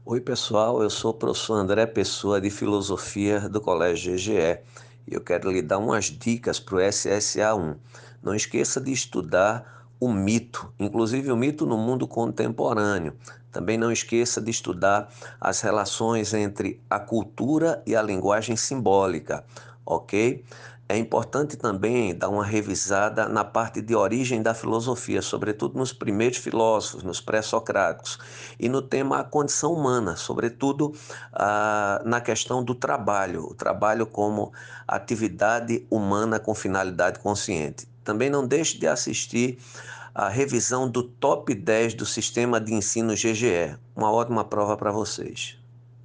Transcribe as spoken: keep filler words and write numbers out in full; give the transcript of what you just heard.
Oi, pessoal, eu sou o professor André Pessoa de Filosofia do Colégio G G E e eu quero lhe dar umas dicas para o S S A um. Não esqueça de estudar o mito, inclusive o mito no mundo contemporâneo. Também não esqueça de estudar as relações entre a cultura e a linguagem simbólica, ok? É importante também dar uma revisada na parte de origem da filosofia, sobretudo nos primeiros filósofos, nos pré-socráticos, e no tema a condição humana, sobretudo ah, na questão do trabalho, o trabalho como atividade humana com finalidade consciente. Também não deixe de assistir a revisão do top dez do sistema de ensino G G E, uma ótima prova para vocês.